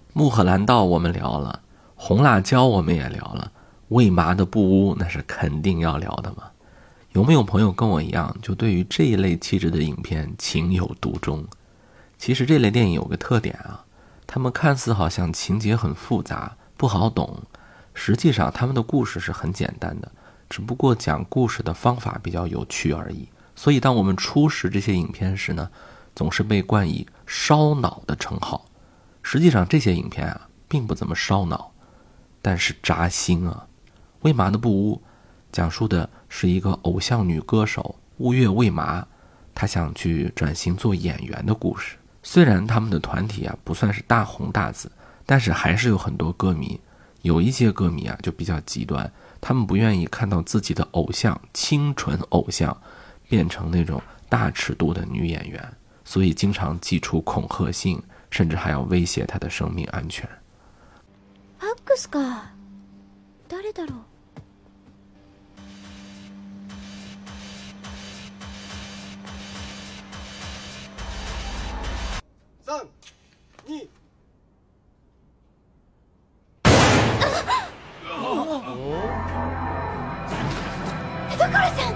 穆赫兰道我们聊了，红辣椒我们也聊了，魏麻的布屋那是肯定要聊的嘛。有没有朋友跟我一样，就对于这一类气质的影片情有独钟？其实这类电影有个特点啊，他们看似好像情节很复杂，不好懂，实际上他们的故事是很简单的，只不过讲故事的方法比较有趣而已。所以当我们初识这些影片时呢，总是被冠以烧脑的称号。实际上这些影片啊并不怎么烧脑，但是扎心啊。魏麻的布屋讲述的是一个偶像女歌手雾月魏麻，她想去转型做演员的故事。虽然他们的团体啊不算是大红大紫，但是还是有很多歌迷。有一些歌迷啊就比较极端，他们不愿意看到自己的偶像，清纯偶像变成那种大尺度的女演员，所以经常寄出恐吓信，甚至还要威胁她的生命安全。 ファックスか。誰だろう。 3、2。 所さん。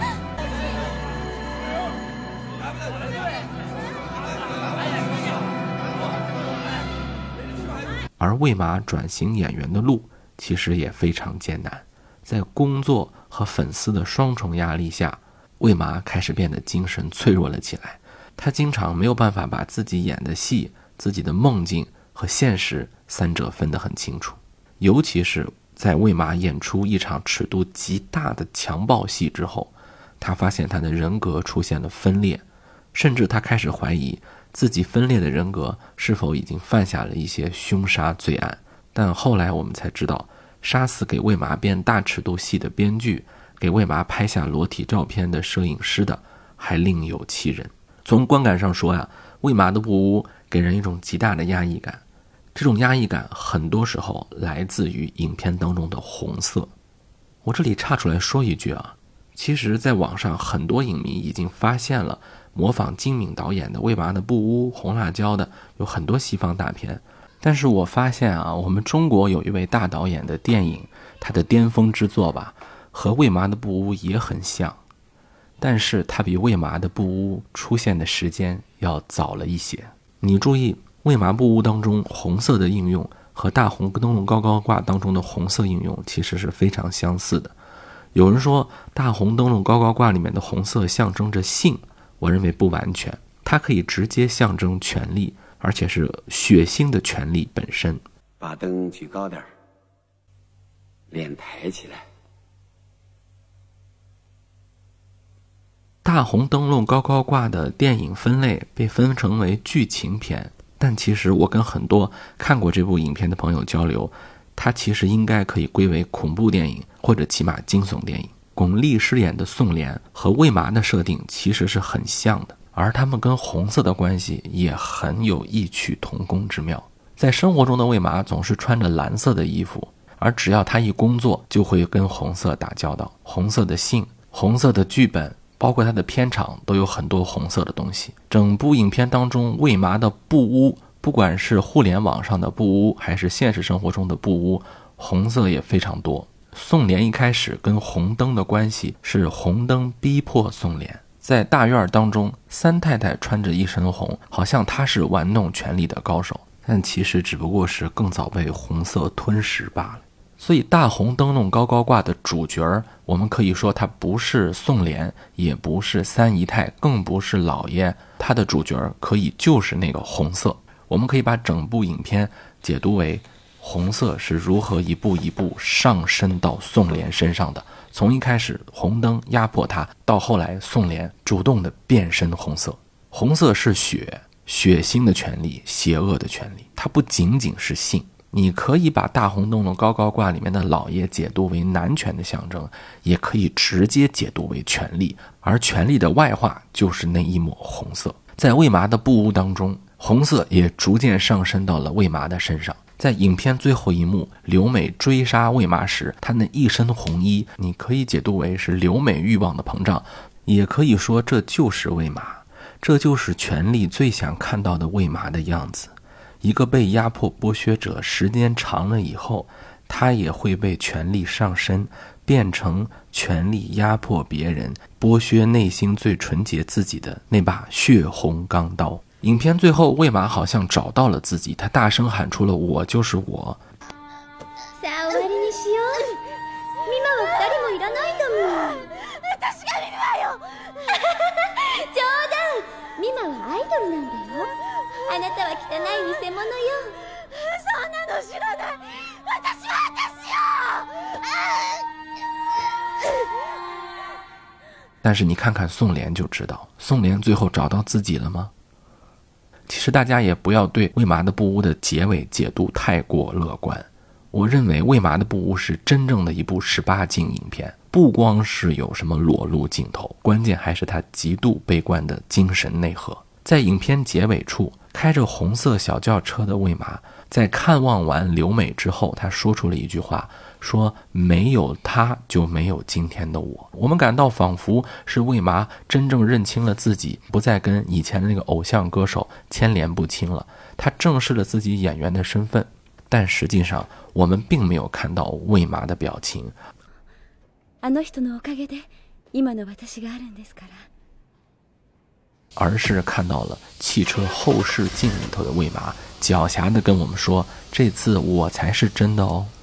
而魏麻转型演员的路其实也非常艰难，在工作和粉丝的双重压力下，魏麻开始变得精神脆弱了起来。她经常没有办法把自己演的戏、自己的梦境和现实三者分得很清楚。尤其是在魏麻演出一场尺度极大的强暴戏之后，她发现她的人格出现了分裂，甚至她开始怀疑自己分裂的人格是否已经犯下了一些凶杀罪案。但后来我们才知道，杀死给魏麻编大尺度戏的编剧，给魏麻拍下裸体照片的摄影师的还另有其人。从观感上说呀，魏麻的布屋给人一种极大的压抑感，这种压抑感很多时候来自于影片当中的红色。我这里岔出来说一句啊，其实在网上很多影迷已经发现了模仿金敏导演的魏麻的布屋、红辣椒的有很多西方大片，但是我发现啊，我们中国有一位大导演的电影，他的巅峰之作吧，和魏麻的布屋也很像，但是他比魏麻的布屋出现的时间要早了一些。你注意，魏麻布屋当中红色的应用和大红灯笼高高挂当中的红色应用其实是非常相似的。有人说大红灯笼高高挂里面的红色象征着性，我认为不完全，它可以直接象征权力，而且是血腥的权力本身。 把灯举高点，脸抬起来。 大红灯笼高高挂的电影分类被分成为剧情片，但其实我跟很多看过这部影片的朋友交流，它其实应该可以归为恐怖电影，或者起码惊悚电影。巩俐饰演的宋濂和魏麻的设定其实是很像的，而他们跟红色的关系也很有异曲同工之妙。在生活中的魏麻总是穿着蓝色的衣服，而只要他一工作就会跟红色打交道。红色的信、红色的剧本，包括他的片场都有很多红色的东西。整部影片当中，魏麻的布屋，不管是互联网上的布屋还是现实生活中的布屋，红色也非常多。宋濂一开始跟红灯的关系是红灯逼迫宋濂，在大院当中，三太太穿着一身红，好像她是玩弄权力的高手，但其实只不过是更早被红色吞噬罢了。所以大红灯笼高高挂的主角，我们可以说他不是宋濂，也不是三姨太，更不是老爷，他的主角可以就是那个红色。我们可以把整部影片解读为红色是如何一步一步上升到宋濂身上的，从一开始红灯压迫他，到后来宋濂主动的变身红色。红色是血腥的权利，邪恶的权利，它不仅仅是性。你可以把大红灯笼高高挂里面的老爷解读为男权的象征，也可以直接解读为权力，而权力的外化就是那一抹红色。在魏麻的布屋当中，红色也逐渐上升到了魏麻的身上。在影片最后一幕，刘美追杀魏麻时，她那一身红衣，你可以解读为是刘美欲望的膨胀，也可以说这就是魏麻，这就是权力最想看到的魏麻的样子。 一个被压迫剥削者时间长了以后，他也会被权力上身，变成权力压迫别人，剥削内心最纯洁自己的那把血红钢刀。影片最后，魏玛好像找到了自己，他大声喊出了我就是我。 さあ終わりにしよう。ミマは2人もいらないと思う。私がミマよ。冗談。ミマはアイドルなんだよ。あなたは汚い偽物よ。そんなの知らない。私は私よ。 但是你看看宋濂就知道，宋濂最后找到自己了吗？其实大家也不要对魏玛的布屋的结尾解读太过乐观。我认为魏玛的布屋是真正的一部18禁影片，不光是有什么裸露镜头，关键还是它极度悲观的精神内核。在影片结尾处，开着红色小轿车的魏玛在看望完留美之后，他说出了一句话，说没有他就没有今天的我。我们感到仿佛是魏玛真正认清了自己，不再跟以前的那个偶像歌手牵连不清了，他正视了自己演员的身份。但实际上我们并没有看到魏玛的表情。 あの人のおかげで今の私があるんですから。 而是看到了汽车后视镜里头的魏玛狡黠地跟我们说，这次我才是真的哦。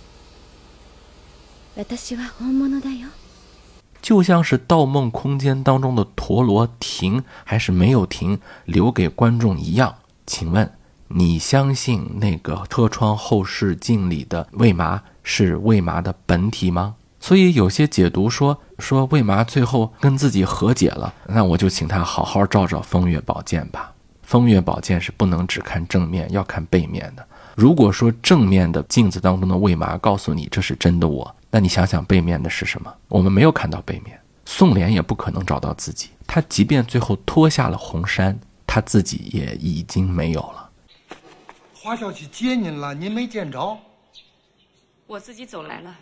私は本物だよ。 就像是《盗梦空间》当中的陀螺停还是没有停，留给观众一样。请问你相信那个车窗后视镜里的魏玛是魏玛的本体吗？所以有些解读说魏玛最后跟自己和解了，那我就请他好好照照风月宝鉴吧。风月宝鉴是不能只看正面，要看背面的。如果说正面的镜子当中的魏玛告诉你这是真的我，那你想想背面的是什么？我们没有看到背面。宋濂也不可能找到自己，他即便最后脱下了红衫，他自己也已经没有了。 花小姐接您了，您没见着？ 我自己走来了。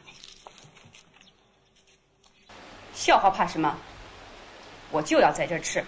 笑话怕什么？我就要在这儿吃。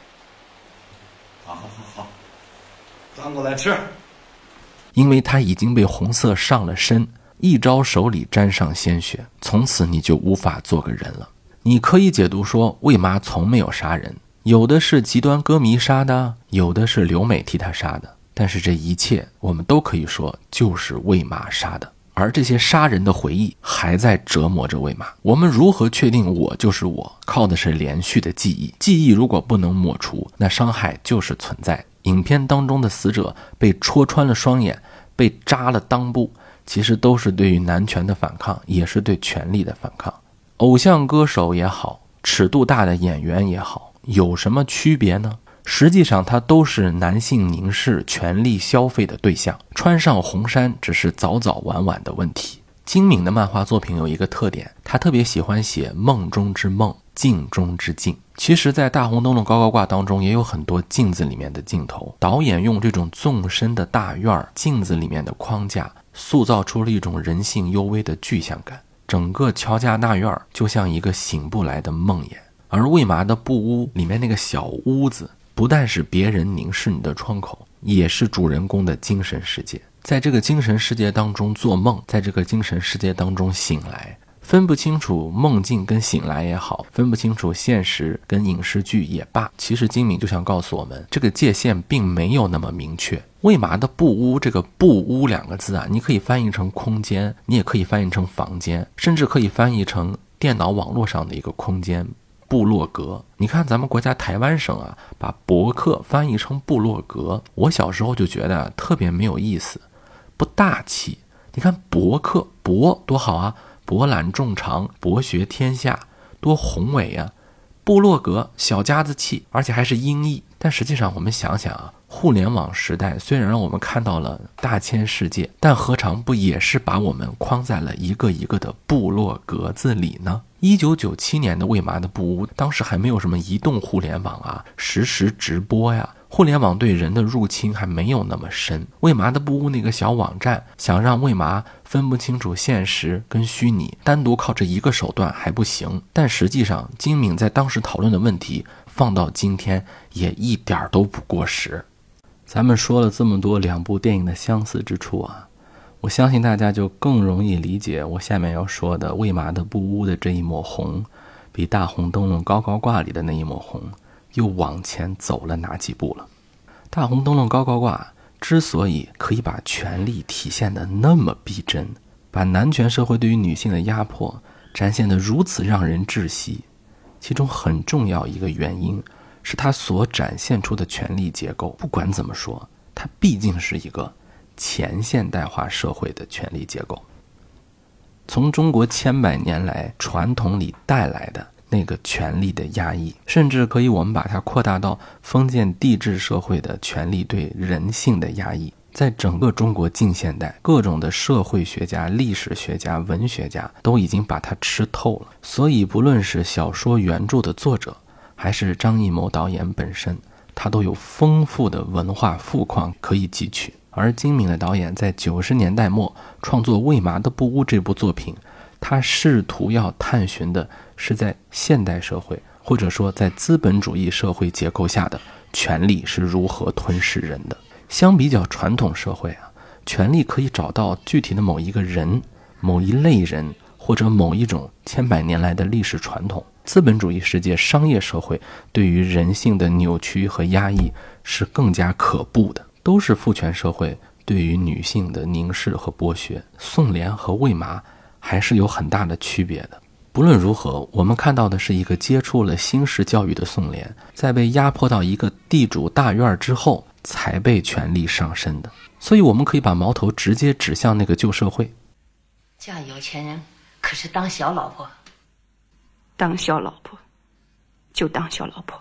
好，端过来吃。 因为他已经被红色上了身，一招手里沾上鲜血，从此你就无法做个人了。你可以解读说魏玛从没有杀人，有的是极端歌迷杀的，有的是留美替他杀的，但是这一切我们都可以说就是魏玛杀的。而这些杀人的回忆还在折磨着魏玛。我们如何确定我就是我？靠的是连续的记忆。记忆如果不能抹除，那伤害就是存在。影片当中的死者被戳穿了双眼，被扎了裆部，其实都是对于男权的反抗，也是对权力的反抗。偶像歌手也好，尺度大的演员也好，有什么区别呢？实际上他都是男性凝视、权力消费的对象，穿上红衫只是早早晚晚的问题。金敏的漫画作品有一个特点，他特别喜欢写梦中之梦，镜中之镜。其实在大红灯笼高高挂当中也有很多镜子里面的镜头，导演用这种纵深的大院镜子里面的框架，塑造出了一种人性幽微的具象感。整个乔家大院就像一个醒不来的梦魇，而魏玛的布屋里面那个小屋子，不但是别人凝视你的窗口，也是主人公的精神世界。在这个精神世界当中做梦，在这个精神世界当中醒来，分不清楚梦境跟醒来也好，分不清楚现实跟影视剧也罢，其实金敏就想告诉我们，这个界限并没有那么明确。魏玛的布屋，这个布屋两个字啊，你可以翻译成空间，你也可以翻译成房间，甚至可以翻译成电脑网络上的一个空间，部落格。你看咱们国家台湾省啊，把博客翻译成部落格，我小时候就觉得特别没有意思，不大气。你看博客，博多好啊，博览众长，博学天下，多宏伟啊。部落格小家子气，而且还是音译。但实际上我们想想啊，互联网时代虽然让我们看到了大千世界，但何尝不也是把我们框在了一个一个的部落格子里呢？1997年的魏玛的布屋，当时还没有什么移动互联网啊，实时直播呀，互联网对人的入侵还没有那么深。魏玛的布屋那个小网站，想让魏玛分不清楚现实跟虚拟，单独靠这一个手段还不行。但实际上金敏在当时讨论的问题，放到今天也一点都不过时。 咱们说了这么多两部电影的相似之处啊，我相信大家就更容易理解我下面要说的魏麻的布屋的这一抹红，比大红灯笼高高挂里的那一抹红又往前走了哪几步了。大红灯笼高高挂之所以可以把权力体现得那么逼真，把男权社会对于女性的压迫展现得如此让人窒息，其中很重要一个原因是它所展现出的权力结构，不管怎么说，它毕竟是一个前现代化社会的权力结构，从中国千百年来传统里带来的那个权力的压抑，甚至可以我们把它扩大到封建帝制社会的权力对人性的压抑，在整个中国近现代，各种的社会学家、历史学家、文学家都已经把它吃透了。所以不论是小说原著的作者，还是张艺谋导演本身，他都有丰富的文化富矿可以汲取。而金敏的导演在90年代末创作《魏麻的布屋》这部作品，他试图要探寻的是在现代社会，或者说在资本主义社会结构下的权力是如何吞噬人的。相比较传统社会啊，权力可以找到具体的某一个人、某一类人，或者某一种千百年来的历史传统。资本主义世界、商业社会对于人性的扭曲和压抑是更加可怖的，都是父权社会对于女性的凝视和剥削。宋濂和魏麻还是有很大的区别的。不论如何，我们看到的是一个接触了新式教育的宋濂，在被压迫到一个地主大院之后才被权力上身的。所以我们可以把矛头直接指向那个旧社会。 嫁有钱人可是当小老婆， 当小老婆就当小老婆，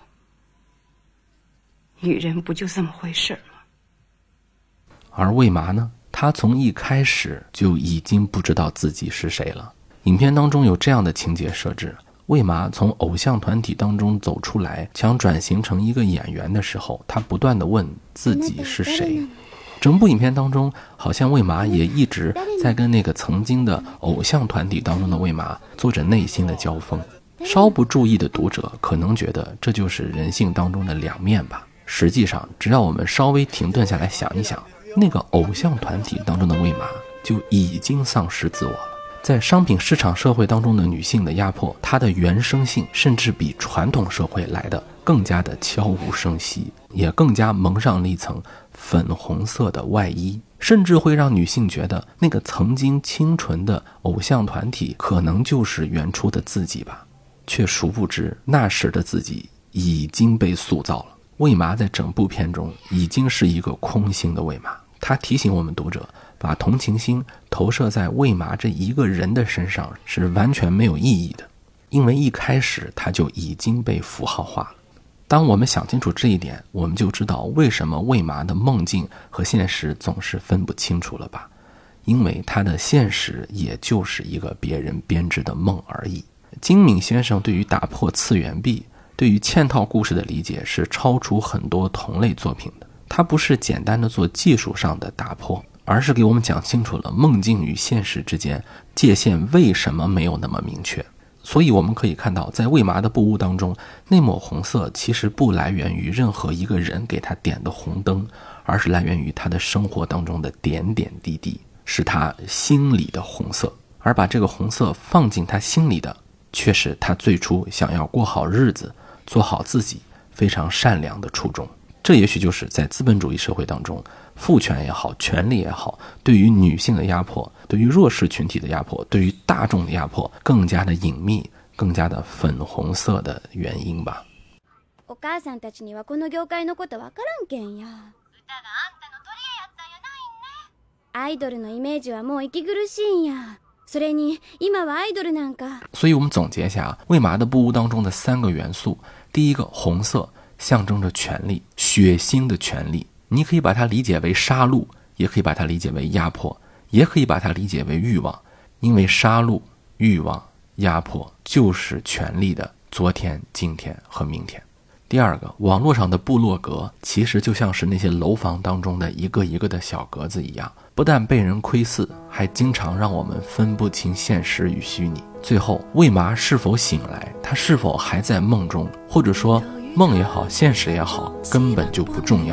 女人不就这么回事吗？ 而魏麻呢，她从一开始就已经不知道自己是谁了。影片当中有这样的情节设置，魏麻从偶像团体当中走出来，想转型成一个演员的时候，她不断地问自己是谁。整部影片当中，好像魏麻也一直在跟那个曾经的偶像团体当中的魏麻做着内心的交锋。稍不注意的读者可能觉得这就是人性当中的两面吧。实际上，只要我们稍微停顿下来想一想，那个偶像团体当中的魏麻就已经丧失自我了。在商品市场社会当中的女性的压迫，它的原生性甚至比传统社会来的更加的悄无声息，也更加蒙上了一层粉红色的外衣，甚至会让女性觉得那个曾经清纯的偶像团体可能就是原初的自己吧。却殊不知那时的自己已经被塑造了。魏麻在整部片中已经是一个空心的魏麻，他提醒我们读者，把同情心投射在魏麻这一个人的身上是完全没有意义的，因为一开始他就已经被符号化了。当我们想清楚这一点，我们就知道为什么魏麻的梦境和现实总是分不清楚了吧。因为他的现实也就是一个别人编织的梦而已。金敏先生对于打破次元壁、对于嵌套故事的理解是超出很多同类作品的。他不是简单的做技术上的打破，而是给我们讲清楚了梦境与现实之间界限为什么没有那么明确。所以我们可以看到，在魏麻的布屋当中，那抹红色其实不来源于任何一个人给他点的红灯，而是来源于他的生活当中的点点滴滴，是他心里的红色。而把这个红色放进他心里的，却是他最初想要过好日子、做好自己非常善良的初衷。这也许就是在资本主义社会当中，父权也好，权力也好，对于女性的压迫，对于弱势群体的压迫，对于大众的压迫更加的隐秘、更加的粉红色的原因吧。 お母さんたちにはこの業界のことわからんけんや。歌があんたの取り柄やったんやないんね。アイドルのイメージはもう息苦しいんや。それに今はアイドルなんか。所以我们总结一下魏麻的布屋当中的3个元素。第一个，红色象征着权力，血腥的权力。你可以把它理解为杀戮，也可以把它理解为压迫，也可以把它理解为欲望。因为杀戮、欲望、压迫就是权力的昨天、今天和明天。第二个，网络上的部落格其实就像是那些楼房当中的一个一个的小格子一样，不但被人窥伺，还经常让我们分不清现实与虚拟。最后，魏麻是否醒来，他是否还在梦中，或者说梦也好，现实也好，根本就不重要。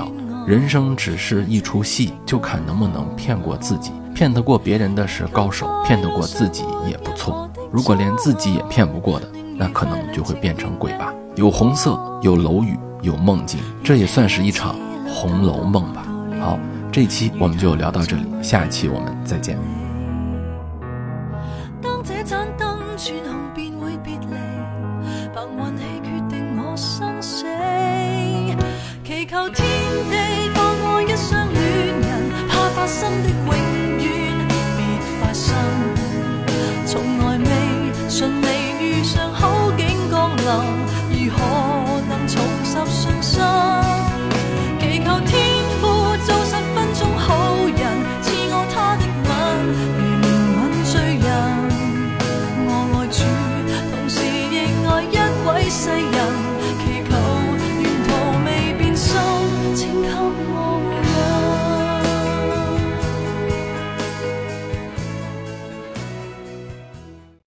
人生只是一出戏，就看能不能骗过自己。骗得过别人的是高手，骗得过自己也不错。如果连自己也骗不过的，那可能就会变成鬼吧。有红色，有楼宇，有梦境，这也算是一场红楼梦吧。好，这一期我们就聊到这里，下期我们再见。 當這盞燈轉紅便會別離，憑運氣決定我生死，祈求天地放過一雙戀人，怕發生的